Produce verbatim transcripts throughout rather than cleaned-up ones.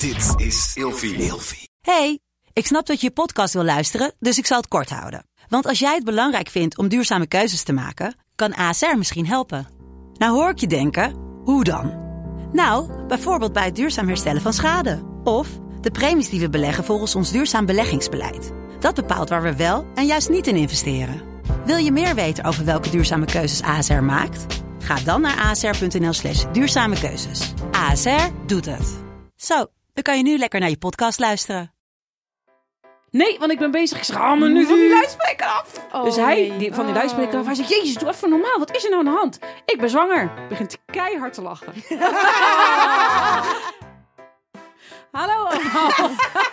Dit is Ilfie. Ilfie. Hey, ik snap dat je je podcast wil luisteren, dus ik zal het kort houden. Want als jij het belangrijk vindt om duurzame keuzes te maken, kan A S R misschien helpen. Nou hoor ik je denken, hoe dan? Nou, bijvoorbeeld bij het duurzaam herstellen van schade. Of de premies die we beleggen volgens ons duurzaam beleggingsbeleid. Dat bepaalt waar we wel en juist niet in investeren. Wil je meer weten over welke duurzame keuzes A S R maakt? Ga dan naar asr.nl slash duurzame keuzes. A S R doet het. Zo, dan kan je nu lekker naar je podcast luisteren. Nee, want ik ben bezig. Ik zeg, haal me nu van die luidspreker af. Oh, dus hij, nee. die, van die luidspreker af, hij zegt, jezus, doe even normaal. Wat is er nou aan de hand? Ik ben zwanger. Begint keihard te lachen. Hallo allemaal.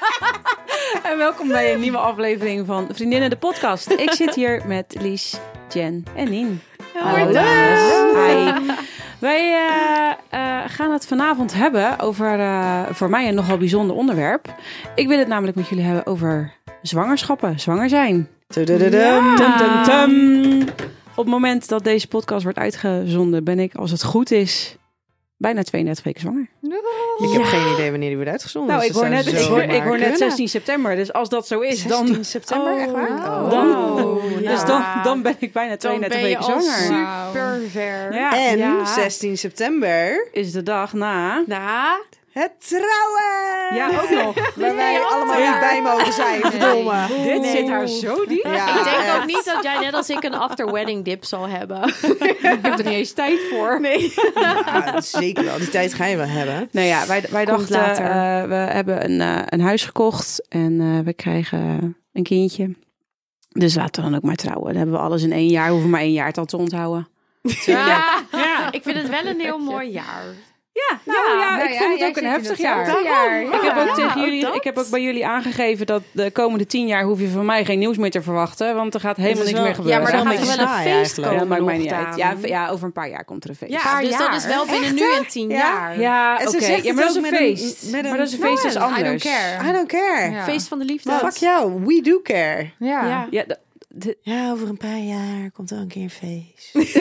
En welkom bij een nieuwe aflevering van Vriendinnen de podcast. Ik zit hier met Lies, Jen en Nien. Hallo dames. Hi. Wij uh, uh, gaan het vanavond hebben over uh, voor mij een nogal bijzonder onderwerp. Ik wil het namelijk met jullie hebben over zwangerschappen, zwanger zijn. Ja. Tum, tum, tum. Op het moment dat deze podcast wordt uitgezonden ben ik, als het goed is, bijna tweeëndertig weken zwanger. Ik heb geen idee wanneer die wordt uitgezonden. Nou, dus ik hoor dat net, zou ik hoor, ik zomaar hoor net kunnen. zestien september. Dus als dat zo is, dan... zestien september, echt waar? Oh. Dan, Oh, dus ja. dan, dan ben ik bijna Dan tweeëndertig ben je weken al zwanger. super ver. Ja. En Ja. zestien september, Is de dag na... Nou, het trouwen! Ja, ook nog. Waar wij Nee, allemaal ja. niet bij mogen zijn, verdomme. Dit Nee. zit haar zo diep. Ja, ik denk echt. ook niet dat jij net als ik een after-wedding dip zal hebben. Ik heb er niet eens tijd voor. Nee. Ja, zeker wel. Die tijd ga je wel hebben. Nou ja, wij, wij Komt dachten, later. uh, we hebben een, uh, een huis gekocht en uh, we krijgen een kindje. Dus laten we dan ook maar trouwen. Dan hebben we alles in één jaar. We hoeven maar één jaar het al te onthouden. Ja. Ja, ik vind het wel een heel mooi jaar. Ja, nou ja, ik vond het ook een heftig jaar. jaar. Ik heb ook Ja, tegen ook jullie, dat. ik heb ook bij jullie aangegeven dat de komende tien jaar hoef je van mij geen nieuws meer te verwachten, want er gaat helemaal is niks wel- meer gebeuren. Ja, maar dan Dat gaat is er wel wel een een beetje feest saai komen. Ja, maakt mij nog, niet uit. Daan. Ja, v- ja, over een paar jaar komt er een feest. Ja, Paar dus dat jaar. is wel binnen Echt, nu hè? en tien Ja. jaar. Ja, En ze oké. zegt Ja, maar het dat is ook een met een- feest. met een- Maar dat is een No, feest is I don't anders. care. I don't care. Ja. Feest van de liefde. Fuck jou, we do care. Ja. Ja, ja, d- d- Ja, over een paar jaar komt er een keer een feest.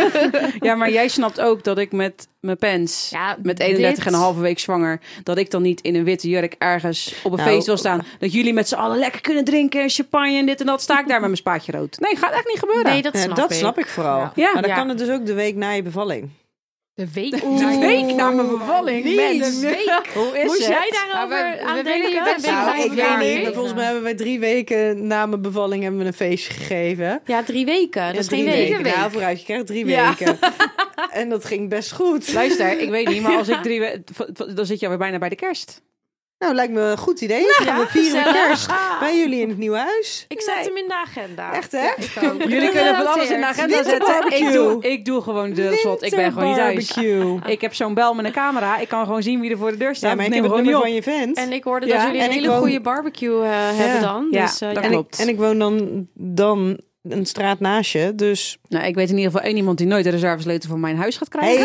ja, maar jij snapt ook dat ik met mijn pens, Ja, met eenendertig dit- en een halve week zwanger, dat ik dan niet in een witte jurk ergens op een Nou, feest wil staan. Dat jullie met z'n allen lekker kunnen drinken, champagne en dit en dat. Sta ik daar met mijn spaatje rood. Nee, gaat echt niet gebeuren. Nee, dat Ja, snap dat ik. snap ik vooral. Ja. Ja. Maar dan Ja. kan het dus ook de week na je bevalling. De week. De week na mijn bevalling. Niet. Mensen. De week. Hoe is Moest het? jij daarover Nou, we- aan we willen denken? je best Ben wel Nou, over ik elkaar weet niet. heen? Maar volgens mij hebben wij drie weken na mijn bevalling hebben we een feestje gegeven. Ja, drie weken. Dat Ja, is drie geen week. weken. Nou, vooruit, je krijgt drie Ja. weken. En dat ging best goed. Luister, ik weet niet, maar als ik drie we- dan zit je alweer bijna bij de kerst. Nou, lijkt me een goed idee. Dan gaan we vieren met gezellig. kerst bij jullie in het nieuwe huis. Ik zet hem in de agenda. Echt, hè? Ja, ik ook. Jullie kunnen van alles in de agenda zetten. Ik Winterbarbecue. doe, ik doe gewoon de slot. Ik ben gewoon niet thuis. Winterbarbecue. Ik heb zo'n bel met een camera. Ik kan gewoon zien wie er voor de deur staat. Ja, maar ik neem heb het gewoon nummer niet van op. je vent. En ik hoorde Ja, dat jullie en een ik hele woon- goede barbecue eh, hebben dan. Ja, Dus, eh, dat ja. klopt. En ik woon dan, dan een straat naast je, dus... Nou, ik weet in ieder geval één iemand die nooit de reservesleutel van mijn huis gaat krijgen.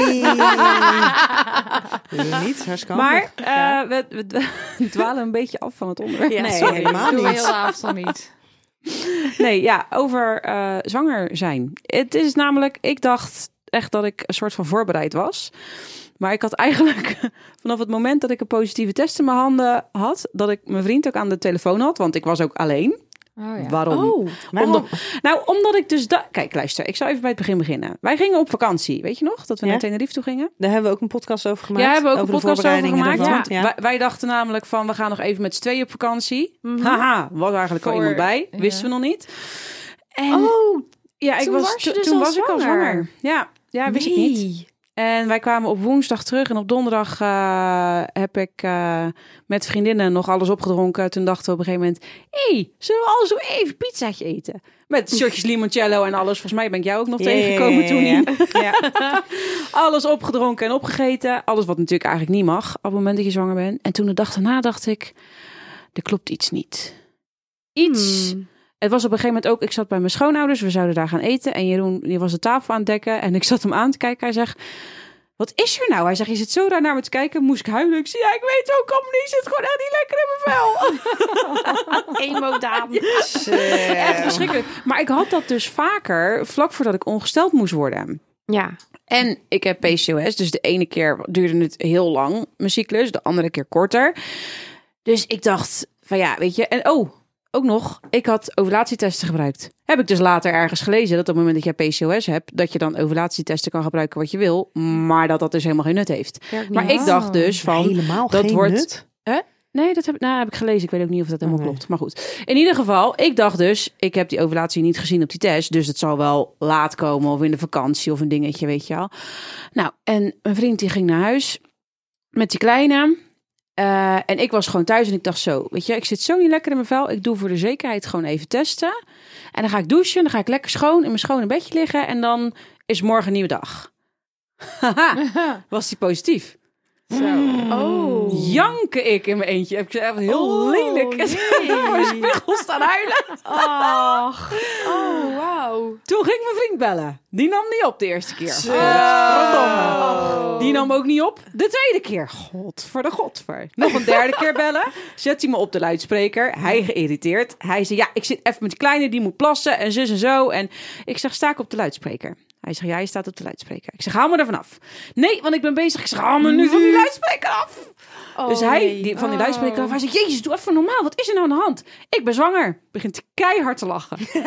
Hey! Doe je niet, hartstikke Maar handig. eh, we, we, we dwalen een beetje af van het onderwerp. Ja, nee, sorry. helemaal Doe niet. heel de avond niet. Nee, ja, over eh, zwanger zijn. Het is namelijk, ik dacht echt dat ik een soort van voorbereid was. Maar ik had eigenlijk vanaf het moment dat ik een positieve test in mijn handen had, dat ik mijn vriend ook aan de telefoon had, want ik was ook alleen. Oh, ja. Waarom? Oh, Waarom? Omdat, nou, omdat ik dus... Da- Kijk, luister, ik zal even bij het begin beginnen. Wij gingen op vakantie, weet je nog? Dat we Ja. naar Tenerife toe gingen. Daar hebben we ook een podcast over gemaakt. Ja, hebben we ook over een de podcast over voorbereidingen gemaakt. daarvan. Wij, wij dachten namelijk van, we gaan nog even met z'n tweeën op vakantie. Haha, was eigenlijk al Voor- iemand bij. ja. Wisten we nog niet. En oh ja, ik toen was, was je to- dus toen al was ik al zwanger. zwanger. Ja, ja wist ik niet. En wij kwamen op woensdag terug en op donderdag eh, heb ik eh, met vriendinnen nog alles opgedronken. Toen dachten we op een gegeven moment, hé, hey, zullen we al zo even pizzaatje eten? Met shotjes limoncello en alles. Volgens mij ben ik jou ook nog Ja, tegengekomen ja, toen. ja, niet. ja. Ja. Alles opgedronken en opgegeten. Alles wat natuurlijk eigenlijk niet mag op het moment dat je zwanger bent. En toen de dag daarna dacht ik, er klopt iets niet. Iets... Hmm. Het was op een gegeven moment ook, ik zat bij mijn schoonouders, we zouden daar gaan eten. En Jeroen, die was de tafel aan het dekken. En ik zat hem aan te kijken. Hij zegt, wat is er nou? Hij zegt, je zit zo raar naar me te kijken. Moest ik huilen? Ik zei, ja, ik weet ook allemaal niet. Ik zit gewoon echt niet lekker in mijn vel. Emo-daan. Echt verschrikkelijk. Maar ik had dat dus vaker, vlak voordat ik ongesteld moest worden. Ja. En ik heb P C O S, dus de ene keer duurde het heel lang, mijn cyclus, de andere keer korter. Dus ik dacht van ja, weet je, en oh, ook nog, ik had ovulatietesten gebruikt. Heb ik dus later ergens gelezen dat op het moment dat je P C O S hebt, dat je dan ovulatietesten kan gebruiken wat je wil, maar dat dat dus helemaal geen nut heeft. Maar ik dacht dus van, Helemaal dat geen wordt... nut? Hè? Nee, dat heb, nou, heb ik gelezen. Ik weet ook niet of dat helemaal okay. klopt. Maar goed. In ieder geval, ik dacht dus... Ik heb die ovulatie niet gezien op die test. Dus het zal wel laat komen. Of in de vakantie. Of een dingetje, weet je al. Nou, en mijn vriend die ging naar huis. Met die kleine. Uh, en ik was gewoon thuis. En ik dacht zo, weet je, ik zit zo niet lekker in mijn vel. Ik doe voor de zekerheid gewoon even testen. En dan ga ik douchen. Dan ga ik lekker schoon in mijn schone bedje liggen. En dan is morgen een nieuwe dag. Haha, was die positief. Zo. Oh. Janken ik in mijn eentje. Heb ik echt heel oh, lelijk nee. voor mijn spiegel staan huilen. Ach. Oh, wauw. Toen ging mijn vriend bellen. Die nam niet op de eerste keer. Zo. Oh. Die nam ook niet op de tweede keer. God voor de godver. Nog een derde keer bellen. Zet hij me op de luidspreker. Hij geïrriteerd. Hij zei, ja, ik zit even met die kleine. Die moet plassen en zus en zo. En ik zeg, sta ik op de luidspreker? Hij zegt, ja, je staat op de luidspreker. Ik zeg, haal me er vanaf. Nee, want ik ben bezig. Ik zeg, haal me nu van die luidspreker af. Oh, dus hij, nee. die, van die oh. luidspreker af, hij zegt, jezus, doe even normaal. Wat is er nou aan de hand? Ik ben zwanger. Begint keihard te lachen. Oh.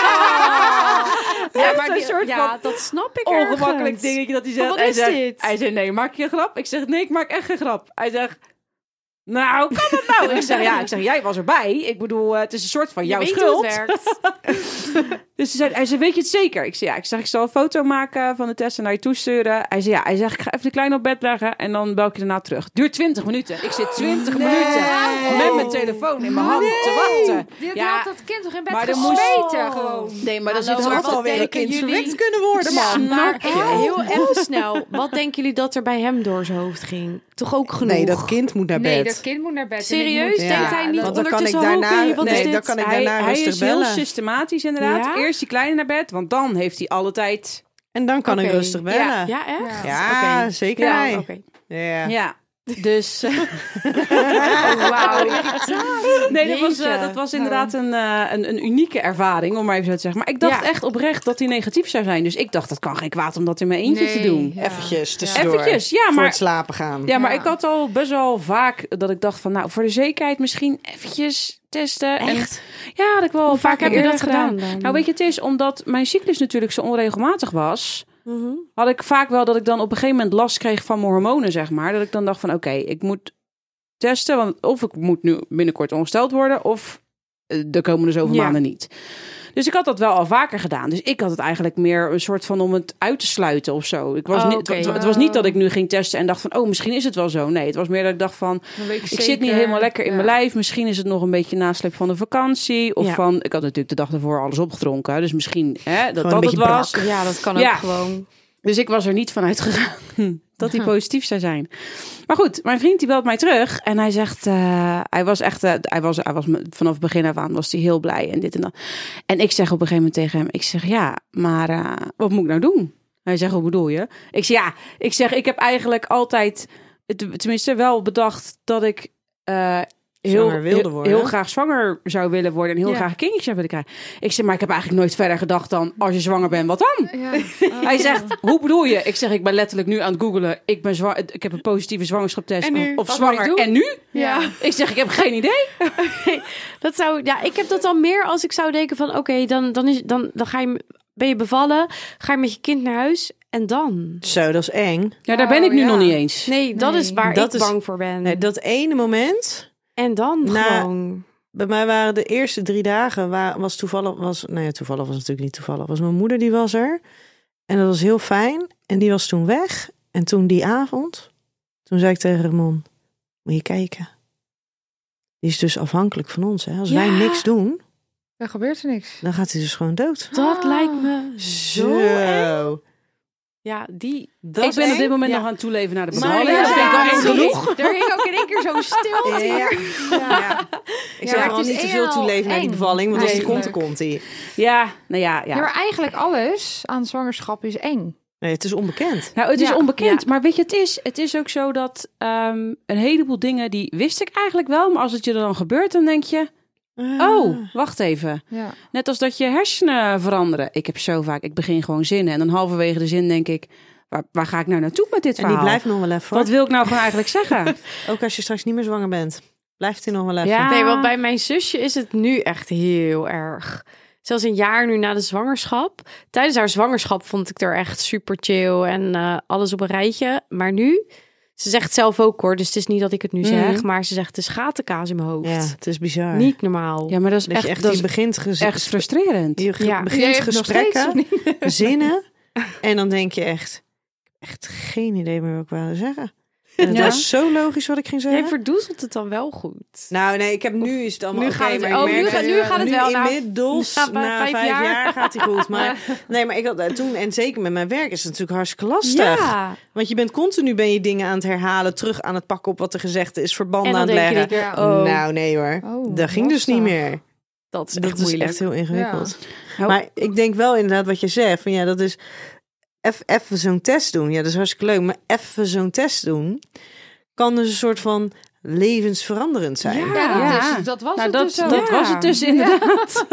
Ja, maar die, soort ja, van dat snap ik ongemakkelijk ergens. dingetje dat hij zegt. Wat hij is zegt, dit? Hij zegt, nee, maak je een grap? Ik zeg, nee, ik maak echt geen grap. Hij zegt, nou, hoe kan dat nou? Ik zeg, ja, ik zeg, jij was erbij. Ik bedoel, uh, het is een soort van je jouw weet schuld. Hoe het werkt. Dus hij zei, hij zei, weet je het zeker? Ik zeg, ja, ik zeg, ik zal een foto maken van de test en naar je toesturen. Hij zei, ja, hij zegt, ik ga even de kleine op bed leggen en dan bel ik je daarna terug. Duurt twintig minuten. Ik zit twintig nee. minuten met mijn telefoon in mijn hand nee. te wachten. Je ja, had dat kind toch in bed maar gesmeten moest... gewoon. Nee, maar dat Hallo, zit had alweer een kind verwekt kunnen worden, man. Ja, maar heel even snel. Wat denken jullie dat er bij hem door zijn hoofd ging? Toch ook genoeg? Nee, dat kind moet naar bed. Nee, dat kind moet naar bed. Serieus? Moet... Denkt ja, hij niet want dan kan ik ondertussen daarna, okay, wat nee, is dit? dan kan ik daarna hij, rustig hij is bellen. heel systematisch inderdaad. Ja? Eerst die kleine naar bed, want dan heeft hij alle tijd... En dan kan okay. ik rustig bellen. Ja, ja echt? Ja, okay. zeker. Ja, ja. Okay. Ja. ja. Dus... oh, wauw. Nee, dat was, uh, dat was inderdaad een, uh, een, een unieke ervaring, om maar even zo te zeggen. Maar ik dacht ja. echt oprecht dat hij negatief zou zijn. Dus ik dacht, dat kan geen kwaad om dat in mijn eentje nee, te doen. Ja. Eventjes tussendoor. Eventjes, ja, maar... Voor het slapen gaan. Ja, maar ja. ik had al best wel vaak dat ik dacht van, nou, voor de zekerheid misschien eventjes testen. Echt? En, ja, dat ik wel Hoe vaak heb je dat gedaan. gedaan dan? Nou, weet je, het is omdat mijn cyclus natuurlijk zo onregelmatig was... Mm-hmm. had ik vaak wel dat ik dan op een gegeven moment last kreeg van mijn hormonen, zeg maar. Dat ik dan dacht van, oké, okay, ik moet testen, want of ik moet nu binnenkort ongesteld worden, of de komende zoveel ja. maanden niet. Dus ik had dat wel al vaker gedaan. Dus ik had het eigenlijk meer een soort van om het uit te sluiten of zo. Ik was oh, niet, okay. het, het was niet dat ik nu ging testen en dacht van, oh, misschien is het wel zo. Nee, het was meer dat ik dacht van, ik, ik zit niet helemaal lekker in ja. mijn lijf. Misschien is het nog een beetje nasleep van de vakantie. Of ja. van, ik had natuurlijk de dag ervoor alles opgedronken. Dus misschien hè, dat dat het was. Brak. Ja, dat kan ja. ook gewoon. Dus ik was er niet van uitgegaan dat hij positief zou zijn. Maar goed, mijn vriend die belt mij terug en hij zegt, uh, hij was echt, uh, hij was, hij was vanaf het begin af aan was hij heel blij en dit en dat. En ik zeg op een gegeven moment tegen hem, ik zeg ja, maar uh, wat moet ik nou doen? Hij zegt, hoe bedoel je? Ik zeg ja, ik zeg, ik heb eigenlijk altijd, tenminste wel bedacht dat ik uh, heel, heel, heel graag zwanger zou willen worden en heel ja. graag een kindje zou willen krijgen. Ik zeg, maar ik heb eigenlijk nooit verder gedacht dan, als je zwanger bent, wat dan? Ja. Oh, hij zegt, ja. hoe bedoel je? Ik zeg, ik ben letterlijk nu aan het googlen. Ik ben zwaar, ik heb een positieve zwangerschapstest of, of zwanger. En nu? Ja. Ik zeg, ik heb geen idee. dat zou, ja, ik heb dat al meer als ik zou denken van, oké, okay, dan, dan, is, dan, dan ga je, ben je bevallen, ga je met je kind naar huis en dan? Zo, dat is eng. Ja, daar ben ik nu oh, ja. nog niet eens. Nee, dat nee. is waar dat ik is, bang voor ben. Nee, dat ene moment... En dan nou, gewoon... Bij mij waren de eerste drie dagen... Waar, was toevallig... Was, nou ja, toevallig was natuurlijk niet toevallig. Was mijn moeder, die was er. En dat was heel fijn. En die was toen weg. En toen die avond... Toen zei ik tegen Ramon... Moet je kijken. Die is dus afhankelijk van ons. Hè? Als ja. wij niks doen... Dan gebeurt er niks. Dan gaat hij dus gewoon dood. Dat ah. lijkt me zo eng. Ja, die... Dat ik ben op dit moment ja. nog aan het toeleven naar de bevalling. Ja, dat vind ik ja, al genoeg. Er hing ook in één keer zo'n stilte. Ja. Ja. Ja. Ik zou ja, vooral niet te veel toeleven naar die bevalling. Want nee, als die komt, dan komt hij. Ja, nou ja, ja. Ja, maar eigenlijk alles aan zwangerschap is eng. Nee, het is onbekend. Nou, het is ja. onbekend. Ja. Maar weet je, het is, het is ook zo dat um, een heleboel dingen... die wist ik eigenlijk wel. Maar als het je er dan gebeurt, dan denk je... Oh, wacht even. Ja. Net als dat je hersenen veranderen. Ik heb zo vaak, ik begin gewoon zinnen. En dan halverwege de zin denk ik... waar, waar ga ik nou naartoe met dit En verhaal? die blijft nog wel even. hoor. Wat wil ik nou gewoon eigenlijk zeggen? Ook als je straks niet meer zwanger bent. Blijft hij nog wel even. Ja. Nee, want bij mijn zusje is het nu echt heel erg. Zelfs een jaar nu na de zwangerschap. Tijdens haar zwangerschap vond ik er echt super chill en uh, alles op een rijtje. Maar nu, ze zegt het zelf ook hoor, dus het is niet dat ik het nu Mhm. zeg. Maar ze zegt, het is gatenkaas in mijn hoofd. Ja, het is bizar. Niet normaal. Ja, maar dat is dat echt, je echt, dat je is begint gez- echt frustrerend. je ge- Ja. begint Jij hebt nog steeds, gesprekken, of zinnen. En dan denk je echt, ik heb echt geen idee meer wat ik wilde zeggen. En het Ja. was zo logisch wat ik ging zeggen. Jij verdoezelt het dan wel goed. Nou nee, ik heb nu is het allemaal Nu oké, gaat het- maar ik oh, merk nu gaat- dat- nu gaat het wel nu na- inmiddels na na, vijf vijf, jaar. jaar. gaat hij goed. Maar nee, maar ik had toen en zeker met mijn werk is het natuurlijk hartstikke lastig. Ja. Want je bent continu ben je dingen aan het herhalen, terug aan het pakken op wat er gezegd is, verbanden En aan dan het denk je leggen. die keer, oh, Nou nee hoor, Oh, dat ging dus lastig. niet meer. dat is Dat echt is moeilijk. echt heel ingewikkeld. Ja. Maar ik denk wel inderdaad wat je zegt, van ja, dat is eff- even zo'n test doen. Ja, dat is hartstikke leuk, maar even zo'n test doen kan dus een soort van levensveranderend zijn. Ja, dat, Ja. Is, dat was Nou, het dat, dus ook. dat Ja. was het dus inderdaad.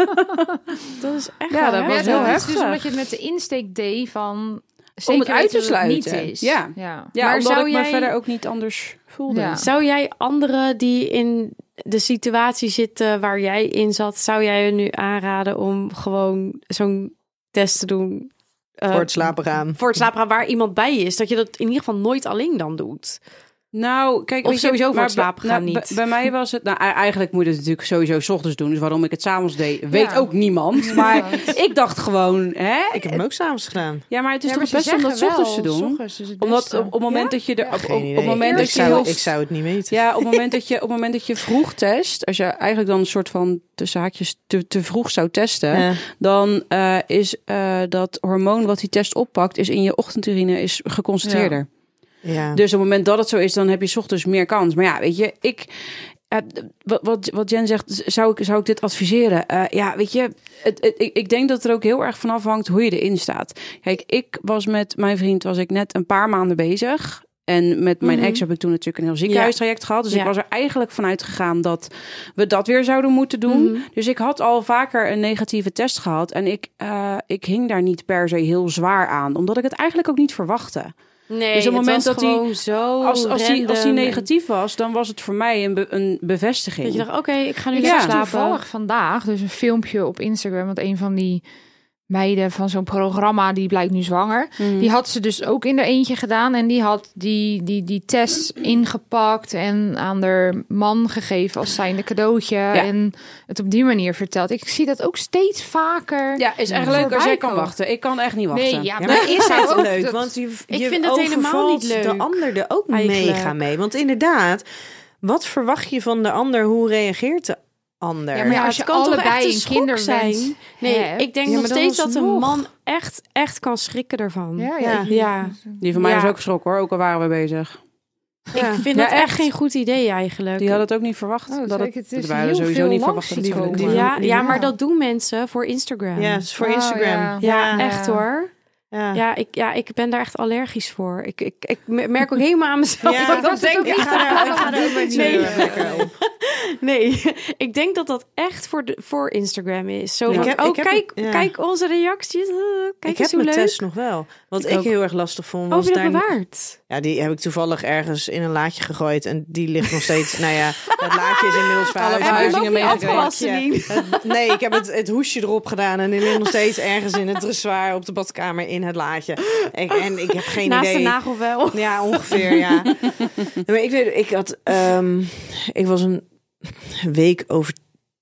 Dat is echt Ja, wel dat was heftig. heel dat is heftig. dus omdat je het met de insteek deed van... Om het uit te weten dat het sluiten. Niet is. Ja. ja. Ja, Maar omdat zou ik me jij- verder ook niet anders voelde. Ja. Zou jij anderen die in de situatie zitten waar jij in zat, zou jij je nu aanraden om gewoon zo'n test te doen? uh, Voor het slapen gaan. Voor het slapen gaan waar iemand bij is. Dat je dat in ieder geval nooit alleen dan doet. Nou, kijk, Of weet je, sowieso voor maar het slapen bij- gaan nou, niet. Bij, bij mij was het, nou, e- eigenlijk moet je het natuurlijk sowieso 's ochtends doen. Dus waarom ik het 's avonds deed, weet Ja. ook niemand. Maar ik dacht gewoon, hè? Ik heb hem ook s'avonds gedaan. Ja, maar het is Ja, maar toch ze best om dat 's zeggen ochtends te wel, doen. 's ochtends is het Omdat beste. op, op het moment dat je er, op, op, Geen op idee. het moment ik, dat je zou, heel, ik zou het niet weten. ja, op het moment dat je, op het moment dat je vroeg test, als je eigenlijk dan een soort van tussen haakjes te, te vroeg zou testen, Ja. dan uh, is uh, dat hormoon wat die test oppakt, is in je ochtendurine is geconcentreerder. Ja. Dus op het moment dat het zo is, dan heb je 's ochtends meer kans. Maar ja, weet je, ik... Uh, wat, wat, wat Jen zegt, zou ik, zou ik dit adviseren? Uh, ja, weet je, het, het, ik, ik denk dat het er ook heel erg van afhangt hoe je erin staat. Kijk, ik was met mijn vriend, was ik net een paar maanden bezig. En met mijn Mhm. ex heb ik toen natuurlijk een heel ziekenhuistraject gehad. Dus Ja. ik was er eigenlijk vanuit gegaan dat we dat weer zouden moeten doen. Mhm. Dus ik had al vaker een negatieve test gehad. En ik, uh, ik hing daar niet per se heel zwaar aan. Omdat ik het eigenlijk ook niet verwachtte. Nee, Dus op het moment was dat die- gewoon zo Als, als, die, als die random. negatief was, dan was het voor mij een, be- een bevestiging. Dat je dacht, oké, ik ga nu Ik lekker zag slapen. toevallig vandaag dus een filmpje op Instagram. Want een van die meiden van zo'n programma, die blijkt nu zwanger. Mhm. Die had ze dus ook in de eentje gedaan. En die had die, die, die test ingepakt en aan haar man gegeven als zijnde cadeautje. En het op die manier verteld. Ik zie dat ook steeds vaker. Ja, is echt leuk als voorbij jij kan komen. wachten. Ik kan echt niet wachten. Nee, ja, Ja, maar maar is het ook leuk? dat- Want je, Ik je vind het helemaal overvalt niet leuk, de ander er ook eigenlijk. mega mee. Want inderdaad, wat verwacht je van de ander? Hoe reageert de ander? Ja, maar Ja, als het je kan toch allebei echt een een schok kinderwens zijn? Nee, hebt. ik denk Ja, nog maar dan steeds dat een alsnog. man echt, echt kan schrikken ervan. Ja, Ja. ja. ik- Ja. Die van mij Ja. was ook geschrokken hoor, ook al waren we bezig. Ja. Ik vind Ja, dat echt echt. geen goed idee eigenlijk. Die had het ook niet verwacht. Oh, dat zeg het, ik, het dat is waren heel sowieso veel niet langs verwacht. zien dat die- komen. die- ja, ja, Ja. maar dat doen mensen voor Instagram. Ja, het is voor Oh, Instagram. ja. Ja, Ja. echt hoor. Ja. Ja ik, ja, ik ben daar echt allergisch voor. Ik, ik, ik merk ook helemaal aan mezelf Ja, dat ik ik was dat het ook denk. Ik ga daar, ik ga daar ook niet Nee. heel erg lekker op. Nee, ik denk dat dat echt voor, de, voor Instagram is. Zo Ik van, heb- oh, ik heb- kijk, ja. kijk onze reacties. Uh, kijk Ik eens heb hoe mijn leuk. test nog wel. Wat Ik ik, ook. heel erg lastig vond, Oh, was heb je dat daar... bewaard? Ja, die heb ik toevallig ergens in een laadje gegooid. En die ligt nog steeds... nou ja, het laadje is inmiddels verhuisd. Heb je hem ook maar- niet het afgewassen, laadje- Nien? het- Nee, ik heb het, het hoesje erop gedaan. En die ligt nog steeds ergens in het dressoir op de badkamer in het laadje. En, en ik heb geen Naast idee... de nagelvel. Ja, ongeveer, ja. Maar ik weet, ik had... ehm, ik was een week over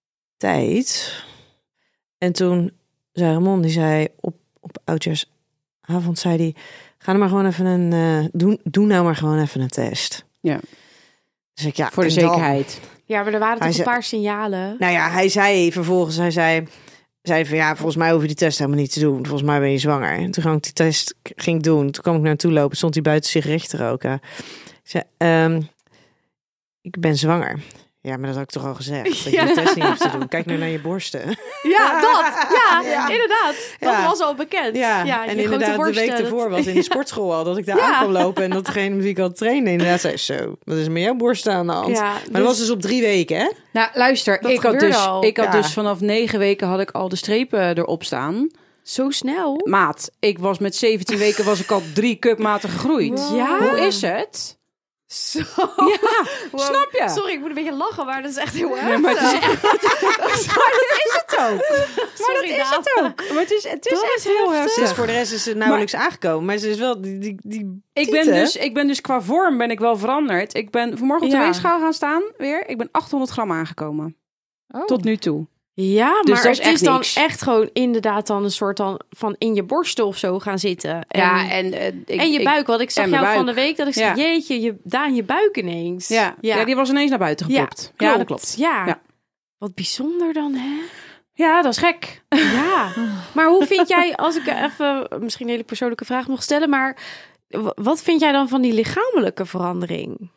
tijd. En toen zei Ramon, die zei op, op oudjaarsavond, zei die, ga nou maar gewoon even een, uh, doe, doe nou maar gewoon even een test. Ja. Dus ik, ja, Voor de en dan? zekerheid. Ja, maar er waren Hij toch een zei- paar signalen. Nou ja, hij zei vervolgens, hij zei, zei van ja, volgens mij hoef je die test helemaal niet te doen. Volgens mij ben je zwanger. En toen ging ik die test ging ik doen. Toen kwam ik naar hem toe lopen, stond hij buiten sigaretten te roken. Ik zei, ehm, ik ben zwanger. Ja, maar dat had ik toch al gezegd. Dat je Ja. de test niet hoeft te doen. Kijk nu naar je borsten. Ja, dat. Ja, Ja. inderdaad. Dat Ja. was al bekend. Ja, Ja, en je grote inderdaad, de borsten, week dat- ervoor was in de sportschool al dat ik daar Ja. aan kon lopen. En dat degene met wie ik al trainde inderdaad zei, zo, wat is er met jouw borsten aan de hand? Ja, Maar dat was dus op drie weken, hè? Nou, luister, Dat ik had, gebeurde dus, al. ik had Ja. dus vanaf negen weken had ik al de strepen erop staan. Zo snel? Maat, ik was met zeventien weken was ik al drie cupmaten gegroeid. Ja. Hoe is het? Zo. Ja, snap je? Sorry, ik moet een beetje lachen, maar dat is echt heel erg. Nee, maar het is echt, maar dat is het ook. Maar Sorry, dat is Daan. het ook. Maar het is, het is Dat echt is heel heftig. Dus heftig. voor de rest is ze nauwelijks aangekomen. Maar ze is wel die, die, die Ik ben, tieten. dus, ik ben dus qua vorm ben ik wel veranderd. Ik ben vanmorgen op de Ja. weegschaal gaan staan weer. Ik ben achthonderd gram aangekomen. Oh. Tot nu toe. Ja, Dus maar dat is het echt is dan niks. echt gewoon inderdaad dan een soort dan van in je borsten of zo gaan zitten. En, Ja, en, eh, ik, en je ik- buik. Want ik zag en mijn jou van buik. de week dat ik Ja. zei, jeetje, je, Daan, je buik ineens. Ja, ja. die was ineens naar buiten gepopt. Ja, dat klopt. Ja. Ja. Wat bijzonder dan, hè? Ja, dat is gek. Ja. Maar hoe vind jij, als ik even misschien een hele persoonlijke vraag mag stellen, maar w- wat vind jij dan van die lichamelijke verandering?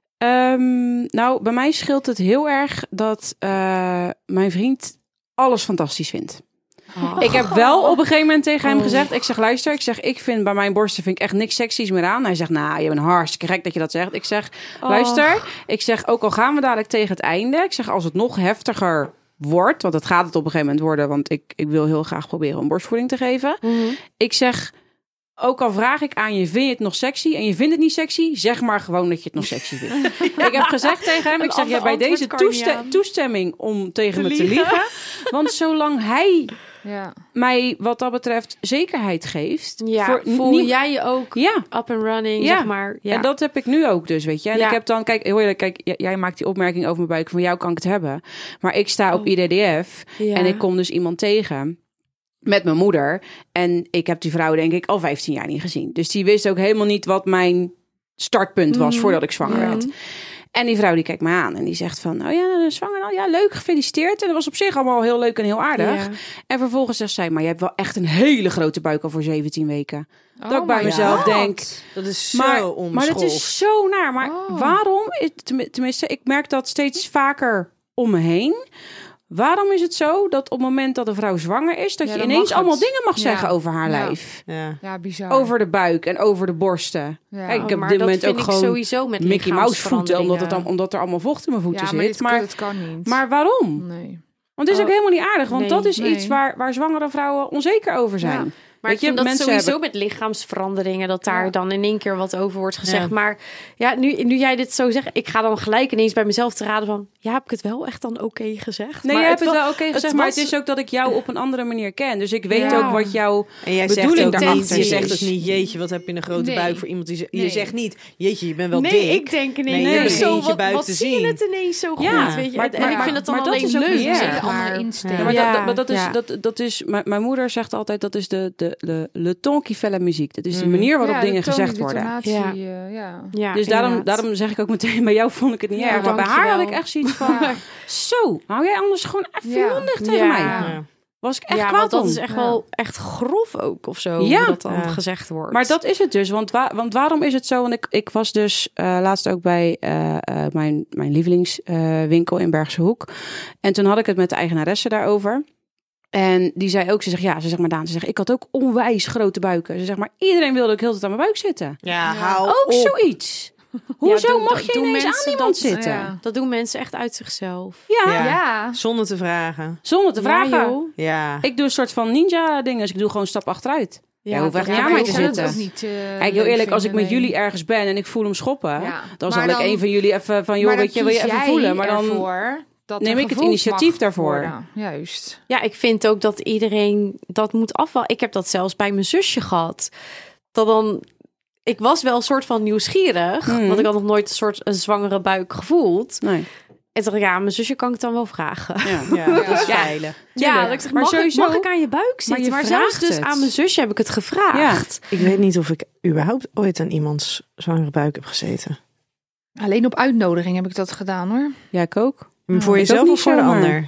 Ehm, nou, bij mij scheelt het heel erg dat eh, mijn vriend alles fantastisch vindt. Ik heb wel op een gegeven moment tegen hem Oh. gezegd, ik zeg luister, ik zeg ik vind bij mijn borsten vind ik echt niks seksies meer aan. Hij zegt nou, je bent hartstikke gek dat je dat zegt. Ik zeg luister, ik zeg ook al gaan we dadelijk tegen het einde. Ik zeg als het nog heftiger wordt, want het gaat het op een gegeven moment worden, want ik, ik wil heel graag proberen om borstvoeding te geven. Ik zeg, ook al vraag ik aan je, vind je het nog sexy? En je vindt het niet sexy, zeg maar gewoon dat je het nog sexy vindt. Ik heb gezegd tegen hem, ik zeg, ja, bij deze toeste- toestemming om tegen me te liegen. Want zolang hij Ja. mij wat dat betreft zekerheid geeft. Ja, voor voel nie- jij je ook Ja, up and running, Ja. zeg maar. Ja. en dat heb ik nu ook dus, weet je. En Ja. ik heb dan, kijk, heel eerlijk, kijk, j- jij maakt die opmerking over mijn buik. Van jou kan ik het hebben. Maar ik sta op Oh. I D D F Ja. en ik kom dus iemand tegen met mijn moeder. En ik heb die vrouw denk ik al vijftien jaar niet gezien. Dus die wist ook helemaal niet wat mijn startpunt was Mhm. voordat ik zwanger Ja. werd. En die vrouw die kijkt me aan en die zegt van, oh ja, zwanger al, ja, leuk, gefeliciteerd. En dat was op zich allemaal heel leuk en heel aardig. Ja. En vervolgens zegt zij, maar je hebt wel echt een hele grote buik al voor zeventien weken. Oh dat ik bij my mezelf God. denk, Dat is zo maar, onschoof. maar dat is zo naar. Maar Oh. waarom, is, tenmi- tenminste, ik merk dat steeds vaker om me heen. Waarom is het zo dat op het moment dat een vrouw zwanger is, dat Ja, je dan ineens mag allemaal het. dingen mag Ja. zeggen over haar Ja. lijf? Ja. Ja, bizar. Over de buik en over de borsten. Ja. Kijk, ik Oh, heb op maar dit dat moment vind ook ik gewoon sowieso met Mickey Mouse voeten, omdat, het, lichaamsveranderingen. al- omdat er allemaal vocht in mijn voeten Ja, maar zit. dit, Maar, dat kan niet. maar waarom? Nee. Want het is Oh. ook helemaal niet aardig, want Nee, dat is nee. iets waar, waar zwangere vrouwen onzeker over zijn. Ja. Maar Weet ik vind je, dat mensen sowieso hebben- met lichaamsveranderingen, dat daar Ja. dan in één keer wat over wordt gezegd. Ja. Maar ja, nu, nu jij dit zo zegt, ik ga dan gelijk ineens bij mezelf te raden van, ja, heb ik het wel echt dan oké gezegd? Nee, maar je hebt het wa- wel oké gezegd, het maar was- het is ook dat ik jou op een andere manier ken. Dus ik weet Ja. ook wat jouw En jij zegt bedoeling ook daarachter niet, je is. zegt ook niet, jeetje, wat heb je een grote Nee. buik voor iemand die... ze- Je Nee. zegt niet, jeetje, je bent wel nee, dik. ik denk ineens, Nee, je nee, begint zo, je wat, buik wat te zie je zien. het ineens zo goed, Ja, weet je? maar- en maar- ik vind maar- het dan maar dat alleen is ook leuk, niet erg. zeg Hele andere maar. insteek. Ja, maar, Ja, dat, maar dat is, ja. dat, dat is mijn, mijn moeder zegt altijd, dat is de, de, de le ton qui fait la musique. Dat is de Mhm. manier waarop Ja, de dingen toon, gezegd de worden. tonatie, Ja. eh, ja. Ja, Dus daarom, inderdaad. daarom zeg ik ook meteen, bij jou vond ik het niet Ja, erg. Maar bij haar dankjewel. had ik echt zoiets van, Ja. zo, hou jij anders gewoon even Ja. mondig tegen Ja. mij. Ja. Was ik echt ja, kwaad want dat om. is echt Ja. wel echt grof ook of zo, Ja. hoe dat dan Ja. gezegd wordt. Maar dat is het dus. Want, wa- want waarom is het zo? Want ik, ik was dus eh, laatst ook bij eh, eh, mijn, mijn lievelingswinkel in Bergse Hoek. En toen had ik het met de eigenaresse daarover. En die zei ook, ze zegt, ja, ze zegt maar Daan, ze zegt, ik had ook onwijs grote buiken. Ze zegt, maar iedereen wilde ook heel de tijd aan mijn buik zitten. Ja, Ja. hou Ook op. zoiets. Hoezo doen- mag je doen ineens mensen aan iemand dat- zitten? Ja. Ja, Dat doen mensen echt uit zichzelf. Ja. Ja. Zonder te vragen. zonder te Ja, vragen. joh. Ja. Ik doe een soort van ninja dingen, dus ik doe gewoon een stap achteruit. Ja, hoeft echt dat- niet aan maar mij ik te zou het zitten. ook niet, eh, Kijk, heel leuk eerlijk, als ik vinden, met nee. jullie ergens ben en ik voel hem schoppen, Ja. dan Maar zal ik dan- een van jullie even van, joh, Maar dan weet je, wil je kies even jij voelen? Maar dan ervoor dat neem er ik het gevoeld initiatief mag daarvoor. worden. Juist. Ja, ik vind ook dat iedereen dat moet afvallen. Ik heb dat zelfs bij mijn zusje gehad. Dat dan, ik was wel een soort van nieuwsgierig, Mhm. want ik had nog nooit een soort een zwangere buik gevoeld. nee. En toen dacht ik, ja, mijn zusje kan ik het dan wel vragen. Ja. Ja, dat is Ja. veilig. Ja, dat ik zeg, Maar mag, sowieso- ik, mag ik aan je buik Maar zitten? je Maar, zelfs vraagt dus het. aan mijn zusje heb ik het gevraagd. Ik weet niet of ik überhaupt ooit aan iemands zwangere buik heb gezeten. Alleen op uitnodiging heb ik dat gedaan hoor. Ja, ik ook. Maar Ja, voor ik jezelf ook niet of voor de zomaar. ander?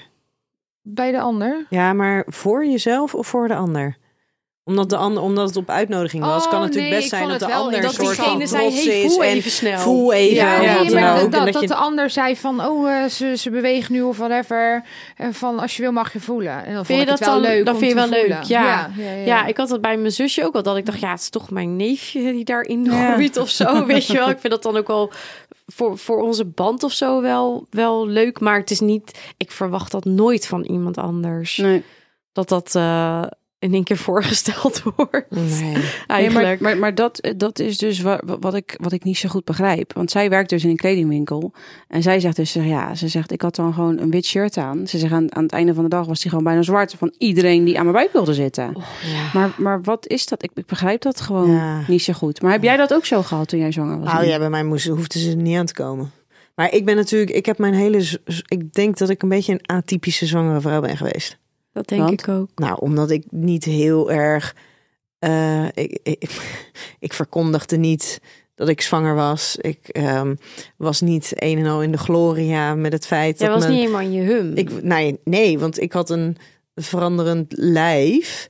Bij de ander. Ja, maar voor jezelf of voor de ander? Omdat, de ander, omdat het op uitnodiging was, Oh, kan het natuurlijk nee, best ik zijn vond dat de het wel ander een Dat soort van diegene zei, trots hey, is voel en even snel. voel even. Ja, of nee, wat dan maar ook. dat, En dat, dat je- de ander zei van, oh, eh, ze, ze beweegt nu of whatever. En van, als je wil mag je voelen. En dan Vind je vond ik dat het wel dan- leuk dan om vind je te wel leuk, voelen. ja. Ja, ja, ja. Ja, ik had het bij mijn zusje ook wel. Dat ik dacht, ja, het is toch mijn neefje die daarin Ja. groeit of zo. Weet je wel, ik vind dat dan ook wel voor, voor onze band of zo wel, wel leuk. Maar het is niet, ik verwacht dat nooit van iemand anders. Nee. Dat dat, eh, in één keer voorgesteld wordt. Nee. Eigenlijk. Nee, maar maar, maar dat, dat is dus wat, wat, ik, wat ik niet zo goed begrijp. Want zij werkt dus in een kledingwinkel. En zij zegt dus, ja, ze zegt, ik had dan gewoon een wit shirt aan. Ze zegt, aan, aan het einde van de dag was die gewoon bijna zwart van iedereen die aan mijn buik wilde zitten. Oh, ja. maar, maar wat is dat? Ik, ik begrijp dat gewoon Ja. niet zo goed. Maar heb jij dat ook zo gehad toen jij zwanger was? Nou ja, bij mij moesten, hoefden ze er niet aan te komen. Maar ik ben natuurlijk, ik heb mijn hele, z- ik denk dat ik een beetje een atypische zwangere vrouw ben geweest. Dat denk Want? ik ook. Nou, omdat ik niet heel erg, uh, ik, ik, ik verkondigde niet dat ik zwanger was. Ik um, was niet een en al in de gloria met het feit Jij dat was mijn, niet helemaal in je hum. Ik, nee, nee, want ik had een veranderend lijf.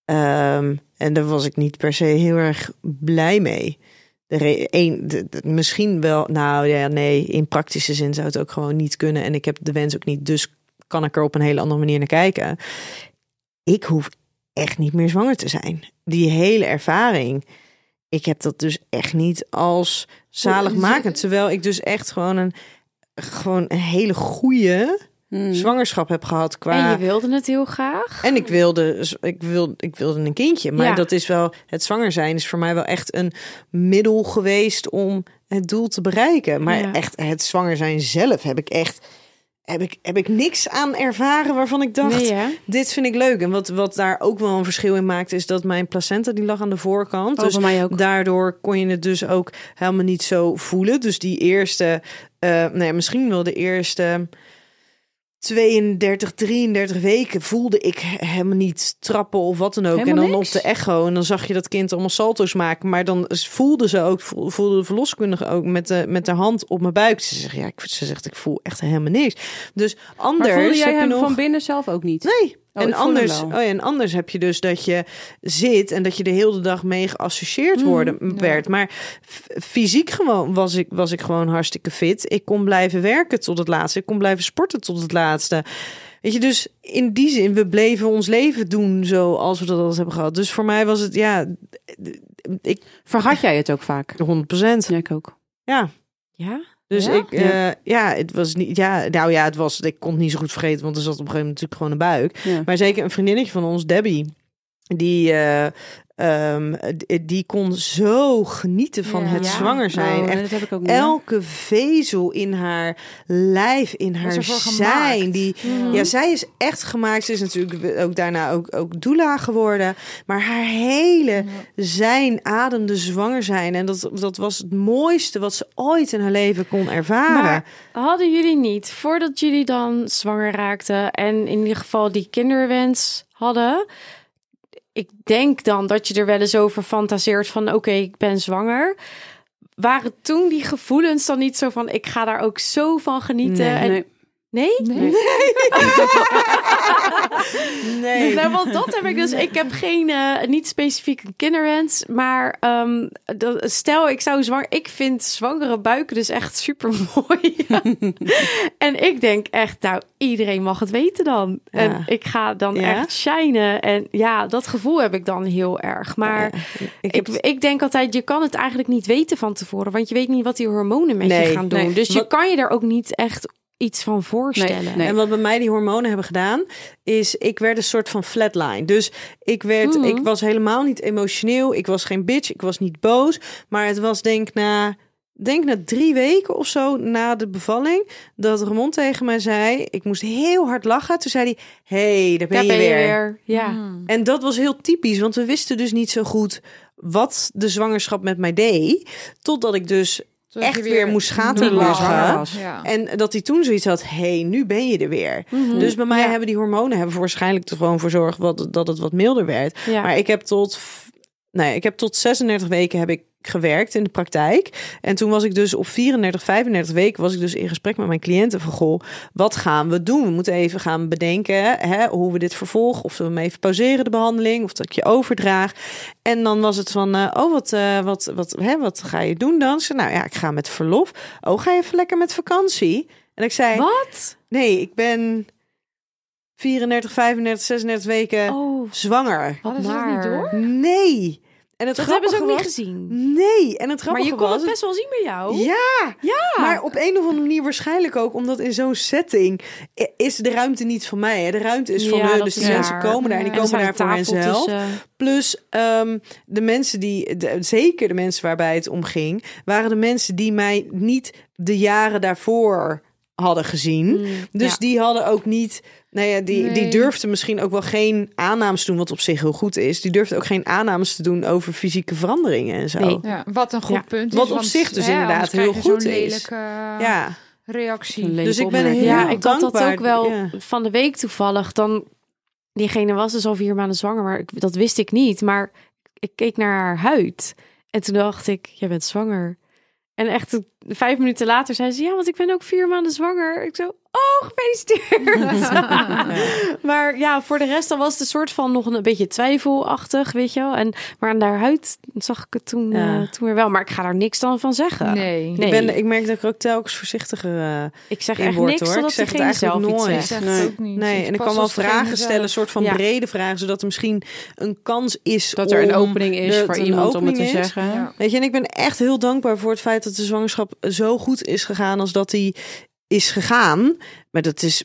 Um, en daar was ik niet per se heel erg blij mee. De re- een, de, de, misschien wel, nou ja, nee, in praktische zin zou het ook gewoon niet kunnen. En ik heb de wens ook niet, dus kan ik er op een hele andere manier naar kijken. Ik hoef echt niet meer zwanger te zijn. Die hele ervaring, ik heb dat dus echt niet als zaligmakend. Terwijl ik dus echt gewoon een, gewoon een hele goede Hmm. zwangerschap heb gehad. Qua... En je wilde het heel graag. En ik wilde, ik wilde, ik wilde een kindje. Maar Ja. dat is wel, het zwanger zijn is voor mij wel echt een middel geweest om het doel te bereiken. Maar Ja. echt het zwanger zijn zelf heb ik echt, heb ik, heb ik niks aan ervaren waarvan ik dacht, Nee, hè? dit vind ik leuk. En wat, wat daar ook wel een verschil in maakt, is dat mijn placenta die lag aan de voorkant. Oh, Dus bij mij ook. daardoor kon je het dus ook helemaal niet zo voelen. Dus die eerste, uh, nou ja, misschien wel de eerste tweeëndertig, drieëndertig weken voelde ik helemaal niet trappen of wat dan ook. Helemaal en dan niks? op de echo en dan zag je dat kind allemaal salto's maken. Maar dan voelde ze ook, voelde de verloskundige ook met de, met de hand op mijn buik. Ze zegt, ja, ik, ze zegt, ik voel echt helemaal niks. Dus anders Maar voelde jij heb je hem nog... van binnen zelf ook niet? Nee. Oh, en, ik voel hem anders, wel. oh ja, en anders heb je dus dat je zit en dat je de hele dag mee geassocieerd worden, Mm, werd. Maar f- fysiek gewoon was ik, was ik gewoon hartstikke fit. Ik kon blijven werken tot het laatste. Ik kon blijven sporten tot het laatste. Weet je, dus in die zin, we bleven ons leven doen zoals we dat altijd hebben gehad. Dus voor mij was het, ja, ik Vergat jij het ook vaak? honderd procent. Ja, ik ook. Ja. Ja? Dus Ja? ik, Ja. ja. ja, het was niet, ja, nou ja, het was, ik kon het niet zo goed vergeten, want er zat op een gegeven moment natuurlijk gewoon een buik. Ja. Maar zeker een vriendinnetje van ons, Debbie, die, uh, um, die kon zo genieten van Ja. het Ja. zwanger zijn. Oh, nee, Echt dat heb ik ook niet. elke vezel in haar lijf, in haar ervoor zijn. gemaakt. Die, Mhm. ja, zij is echt gemaakt. Ze is natuurlijk ook daarna ook, ook doula geworden. Maar haar hele zijn ademde zwanger zijn. En dat, dat was het mooiste wat ze ooit in haar leven kon ervaren. Maar hadden jullie niet, voordat jullie dan zwanger raakten en in ieder geval die kinderwens hadden, ik denk dan dat je er wel eens over fantaseert van oké, okay, ik ben zwanger. Waren toen die gevoelens dan niet zo van ik ga daar ook zo van genieten? Nee, en... nee. Nee? Nee. Nee. Nou, want dat heb ik dus. Ik heb geen, uh, niet specifiek een kinderwens, maar um, dat, stel ik zou zwanger. Ik vind zwangere buiken dus echt super mooi. En ik denk echt, nou, iedereen mag het weten dan. Ja. En ik ga dan Ja? echt shinen. En ja, dat gevoel heb ik dan heel erg. Maar Ja, ik ik, heb- ik, ik denk altijd, je kan het eigenlijk niet weten van tevoren, want je weet niet wat die hormonen met Nee, je gaan doen. nee. Dus je Wat- kan je er ook niet echt iets van voorstellen. Nee, nee. En wat bij mij die hormonen hebben gedaan, is ik werd een soort van flatline. Dus ik werd, Mhm. ik was helemaal niet emotioneel. Ik was geen bitch, ik was niet boos. Maar het was denk na, denk na drie weken of zo na de bevalling, dat Ramon tegen mij zei, ik moest heel hard lachen. Toen zei hij, hey, daar ben, Daar je, ben je weer. weer. Ja. Mm. En dat was heel typisch, want we wisten dus niet zo goed wat de zwangerschap met mij deed. Totdat ik dus Zodat echt je weer moest Toen je schaterlachen. zwanger was. Ja. En dat hij toen zoiets had, hey, nu ben je er weer. Mhm. Dus bij mij Ja. hebben die hormonen hebben waarschijnlijk er gewoon voor zorgen wat, dat het wat milder werd. Ja. Maar ik heb tot, nee, ik heb tot zesendertig weken heb ik gewerkt in de praktijk. En toen was ik dus op vierendertig, vijfendertig weken was ik dus in gesprek met mijn cliënten van, goh, wat gaan we doen? We moeten even gaan bedenken hè, hoe we dit vervolgen. Of we hem even pauzeren, de behandeling. Of dat ik je overdraag. En dan was het van, uh, oh, wat, uh, wat, wat, hè, wat ga je doen dan? Ze, nou ja, ik ga met verlof. Oh, ga je even lekker met vakantie? En ik zei, Wat? nee, ik ben vierendertig, vijfendertig, zesendertig weken Oh, zwanger. wat Hadden ze dat niet maar. door? Nee. En het Dat hebben ze ook grappige niet was- gezien. Nee, en het Maar grappige je kon was... het best wel zien bij jou. Ja, Ja. maar op een of andere manier waarschijnlijk ook... omdat in zo'n setting is de ruimte niet van mij. Hè? De ruimte is van Ja, hun. dat Dus is die mensen waar. komen daar en die Ja. En er komen staat daar een voor tafel henzelf. tussen. Plus um, de mensen die... De, zeker de mensen waarbij het om ging... waren de mensen die mij niet de jaren daarvoor hadden gezien. Mm, Dus ja. die hadden ook niet... Nou ja, die, Nee. die durfden misschien ook wel geen aannames te doen... wat op zich heel goed is. Die durfden ook geen aannames te doen over fysieke veranderingen en zo. Nee. Ja, wat een goed Ja. punt is. Wat op want, zich dus hè, inderdaad anders krijg heel je zo'n goed is. lelijke Ja, reactie. Een lelijke dus ik ben opmerking. heel Ja, ik had dat dankbaar. ook wel Ja. van de week toevallig. Dan, diegene was dus al vier maanden zwanger, maar ik, dat wist ik niet. Maar ik keek naar haar huid. En toen dacht ik, jij bent zwanger. En echt vijf minuten later zei ze, ja, want ik ben ook vier maanden zwanger. Ik zo, oh, gefeliciteerd. Maar ja, voor de rest dan was het een soort van nog een beetje twijfelachtig, weet je wel. En, maar aan haar huid zag ik het toen, Ja. eh, toen weer wel. Maar ik ga daar niks dan van zeggen. Nee. Nee. Ik, ben, ik merk dat ik er ook telkens voorzichtiger uh, Ik zeg in echt word, niks hoor. totdat Ik zeg het diegene zelf eigenlijk iets nooit. Ik zegt. zeg het Nee. ook niet. Nee, en ik pas kan wel als degene vragen stellen, zelf. soort van Ja. brede vragen, zodat er misschien een kans is Dat er een om opening is dat voor er een iemand om het te opening is. zeggen. Ja. Weet je, en ik ben echt heel dankbaar voor het feit dat de zwangerschap zo goed is gegaan als dat die is gegaan. Maar dat is,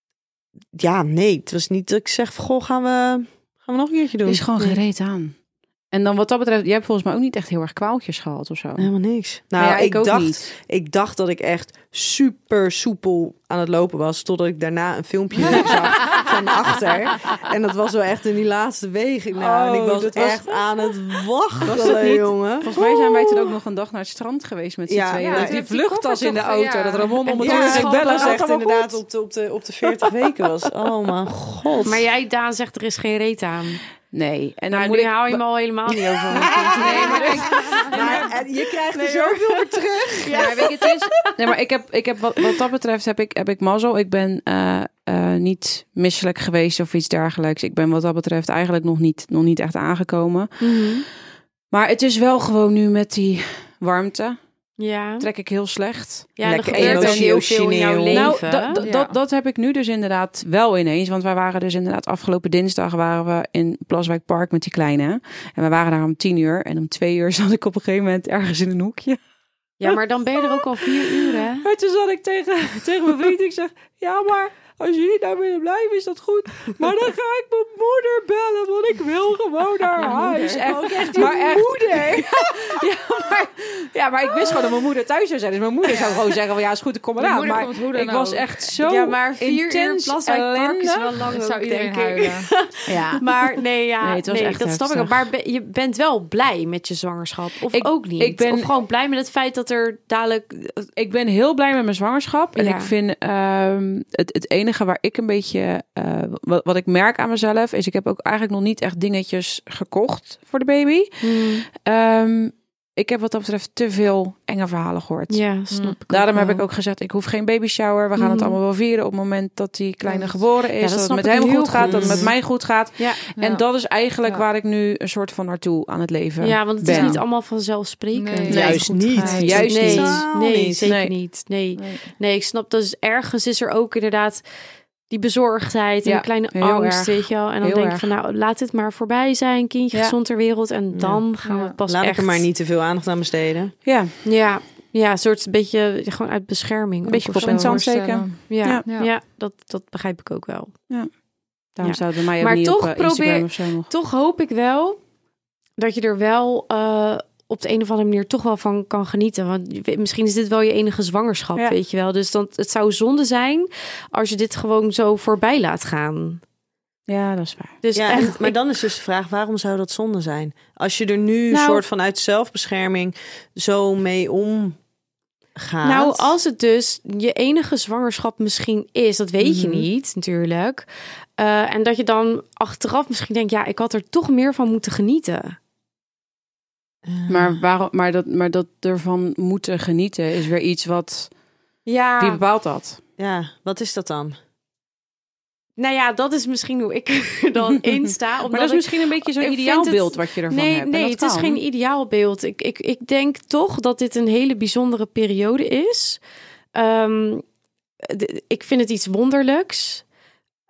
ja, nee, het was niet dat ik zeg, goh, gaan we, gaan we nog een keertje doen? Er is gewoon Nee. gereed aan. En dan wat dat betreft, jij hebt volgens mij ook niet echt heel erg kwaaltjes gehad of zo. Helemaal niks. Nou, ja, ik, ook dacht, niet. ik dacht dat ik echt super soepel aan het lopen was, totdat ik daarna een filmpje zag van achter. En dat was wel echt in die laatste weging. Nou, en ik Oh, was dat was- echt aan het Was wachten, dat niet- jongen. Volgens mij zijn wij toen ook nog een dag naar het strand geweest met z'n Ja. tweeën. Ja, dat die met die vluchttas in de koffer toch, auto. ja. Dat Ramon om het Ja, uur ging bellen. dat was echt allemaal inderdaad goed. op de, op, de, op de veertig weken was. Oh mijn god. Maar jij, Daan, zegt er is geen reet aan. Nee. En dan Nou, moet nu ik... hou je me al helemaal niet over. Nee, maar ik, Maar, en je krijgt er zoveel voor terug. Ja, weet je, het is... Nee, maar ik heb, ik heb wat, wat dat betreft heb ik, heb ik mazzel. Ik ben eh, eh, niet misselijk geweest of iets dergelijks. Ik ben wat dat betreft eigenlijk nog niet, nog niet echt aangekomen. Maar het is wel gewoon nu met die warmte. Ja. Trek ik heel slecht. Ja, er Lekker gebeurt er heel veel in jouw emotioneel. leven. Nou, dat, dat, Ja. dat, dat heb ik nu dus inderdaad wel ineens. Want wij waren dus inderdaad afgelopen dinsdag waren we in Plaswijk Park met die kleine. En we waren daar om tien uur. En om twee uur zat ik op een gegeven moment ergens in een hoekje. Ja, maar dan ben je er ook al vier uur, hè? Maar toen zat ik tegen, tegen mijn vriend. Ik zeg, ja, maar als jullie daar willen blijven, is dat goed. Maar dan ga ik mijn moeder bellen, want ik wil gewoon naar huis. Echt, echt, maar echt, moeder. Ja, maar, ja, maar ik wist gewoon dat mijn moeder thuis zou zijn. Dus mijn moeder zou gewoon zeggen, van, ja, is goed, ik kom Je eraan. moeder Maar komt hoe dan ik was ook. echt zo Ja, maar vier uur intens Plaswijk Park is ellendig. wel lang Dan zou ook, iedereen denk ik. huilen. Ja. Maar nee, ja, Nee, nee, het was echt dat snap ik heftig. ook. Maar ben- je bent wel blij met je zwangerschap? Of Ik- ook niet? ik ben- Of gewoon blij met het feit dat er dadelijk... Ik ben heel blij met mijn zwangerschap. En Ja. ik vind ehm, het, het enige waar ik een beetje... eh, wat, wat ik merk aan mezelf... is ik heb ook eigenlijk nog niet echt dingetjes gekocht voor de baby. Hmm, Ehm, ik heb wat dat betreft te veel enge verhalen gehoord. ja, snap ik Daarom ook heb wel. ik ook gezegd, ik hoef geen baby shower. We gaan het Mhm. allemaal wel vieren op het moment dat die kleine Ja, geboren is. dat dat het snap met ik hem heel goed gaat, goed. dat het met mij goed gaat. Ja, En Ja. dat is eigenlijk Ja. waar ik nu een soort van naartoe aan het leven ja, want het ben. is niet allemaal vanzelfsprekend. Nee. dat het Juist goed niet. gaat. Juist nee, niet. Nee, niet. zeker Nee. niet. Nee. Nee. nee, ik snap dat is ergens is er ook inderdaad die bezorgdheid en Ja, een kleine heel angst, erg. weet je wel. En dan Heel denk ik erg. van, nou, laat het maar voorbij zijn, kindje Ja. gezond ter wereld. En dan gaan we Ja. het pas Laat echt... ik er maar niet te veel aandacht aan besteden. Ja, Ja, ja, een soort beetje gewoon uit bescherming. Een beetje ook of kop in zo. het zand steken. Ja, Ja. ja. Ja. dat, dat begrijp ik ook wel. daarom Ja. zou het bij mij ook Maar niet toch op eh, probeer- Instagram of zo nog. Toch hoop ik wel dat je er wel uh, op de een of andere manier toch wel van kan genieten. Want je weet, misschien is dit wel je enige zwangerschap, Ja. weet je wel. Dus dan, het zou zonde zijn als je dit gewoon zo voorbij laat gaan. Ja, dat is waar. Dus Ja, en- echt, maar ik- dan is dus de vraag, waarom zou dat zonde zijn? Als je er nu Nou- soort van uit zelfbescherming zo mee omgaat. nou, als het dus je enige zwangerschap misschien is, dat weet je Mhm. niet natuurlijk. Uh, en dat je dan achteraf misschien denkt, ja, ik had er toch meer van moeten genieten. Eh, Maar, waarom, maar, dat, maar dat ervan moeten genieten is weer iets wat... Ja, Wie bepaalt dat? Ja, wat is dat dan? nou ja, dat is misschien hoe ik er dan in sta. Maar omdat dat is ik- misschien een beetje zo'n ik vind ideaalbeeld het- wat je ervan Nee, hebt. En nee, dat het is kan. geen ideaalbeeld. Ik, ik, ik denk toch dat dit een hele bijzondere periode is. Ehm, de- ik vind het iets wonderlijks.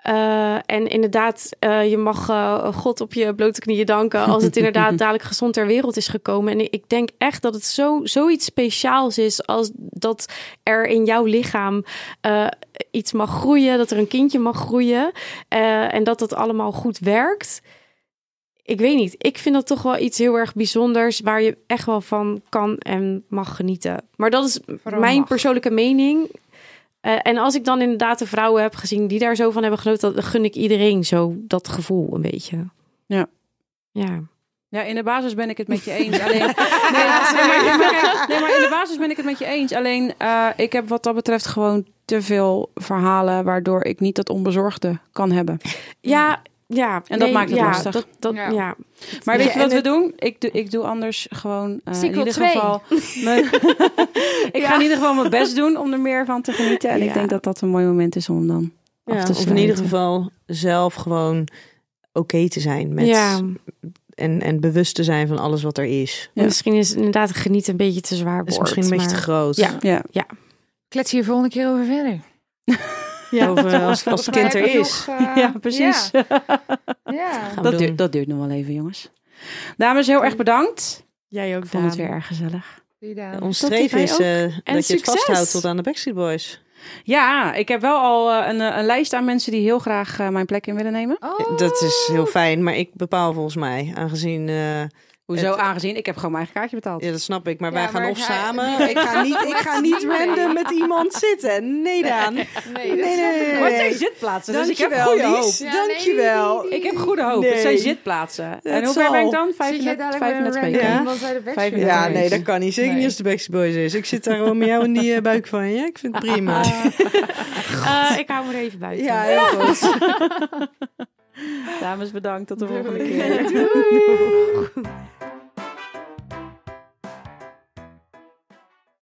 Uh, en inderdaad, uh, je mag uh, God op je blote knieën danken als het inderdaad dadelijk gezond ter wereld is gekomen. En ik denk echt dat het zo, zoiets speciaals is als dat er in jouw lichaam uh, iets mag groeien, dat er een kindje mag groeien uh, en dat dat allemaal goed werkt. Ik weet niet, ik vind dat toch wel iets heel erg bijzonders waar je echt wel van kan en mag genieten. Maar dat is Vooral mijn mag. persoonlijke mening. Uh, en als ik dan inderdaad de vrouwen heb gezien die daar zo van hebben genoten, dan gun ik iedereen zo dat gevoel een beetje. Ja. Ja. Ja, in de basis ben ik het met je eens. Alleen, nee, nee, maar, nee, maar in de basis ben ik het met je eens. Alleen, uh, ik heb wat dat betreft gewoon te veel verhalen waardoor ik niet dat onbezorgde kan hebben. Ja, ja. En dat nee, maakt het ja, lastig. Dat, dat, ja. Ja. Maar weet ja, je wat we het... doen? Ik doe, ik doe anders gewoon uh, in ieder twee. geval... Mijn, ik ja. ga in ieder geval mijn best doen om er meer van te genieten. En ja. ik denk dat dat een mooi moment is om dan ja, af te sluiten. Of in ieder geval zelf gewoon oké okay te zijn met... Ja. En, en bewust te zijn van alles wat er is. Ja. Misschien is inderdaad genieten een beetje te zwaar woord. Is misschien een maar... beetje te groot. Ja, ja. ja. Klets hier volgende keer over verder. Ja. Over als, als het kind er is. Nog, uh, ja, precies. Ja. ja. Dat, duurt, dat duurt nog wel even, jongens. Dames, heel erg bedankt. Jij ook, Ik vond het weer erg gezellig. Ja. Ons streven is uh, dat succes. je het vasthoudt tot aan de Backstreet Boys. Ja, ik heb wel al uh, een, een lijst aan mensen die heel graag uh, mijn plek in willen nemen. Oh. Dat is heel fijn, maar ik bepaal volgens mij, aangezien... Uh, Hoezo het... aangezien? Ik heb gewoon mijn eigen kaartje betaald. Ja, dat snap ik. Maar ja, wij gaan maar of hij... samen... ik ga niet, ik ga niet random met iemand zitten. Nee, Daan. Nee, nee, nee, nee. nee, nee. Maar het zijn zitplaatsen, dus ik heb Dankjewel, goede hoop. Lies. Ja, Dankjewel. nee, nee, Ik heb goede hoop. Nee. Het zijn zitplaatsen. Het En hoe ver zal. ben ik dan? Zit jij dadelijk vijfendertig met een weken. random Ja. iemand bij de Backstreet Boys? Ja, Ja, nee, dat kan niet. Zeker Nee. niet als de Backstreet Boys is. Ik zit daar gewoon met jou in die uh, buik van je. Ik vind het prima. Uh, ik hou me er even buiten. Ja, heel goed. Dames, bedankt. Tot de volgende Doei. keer. Doei.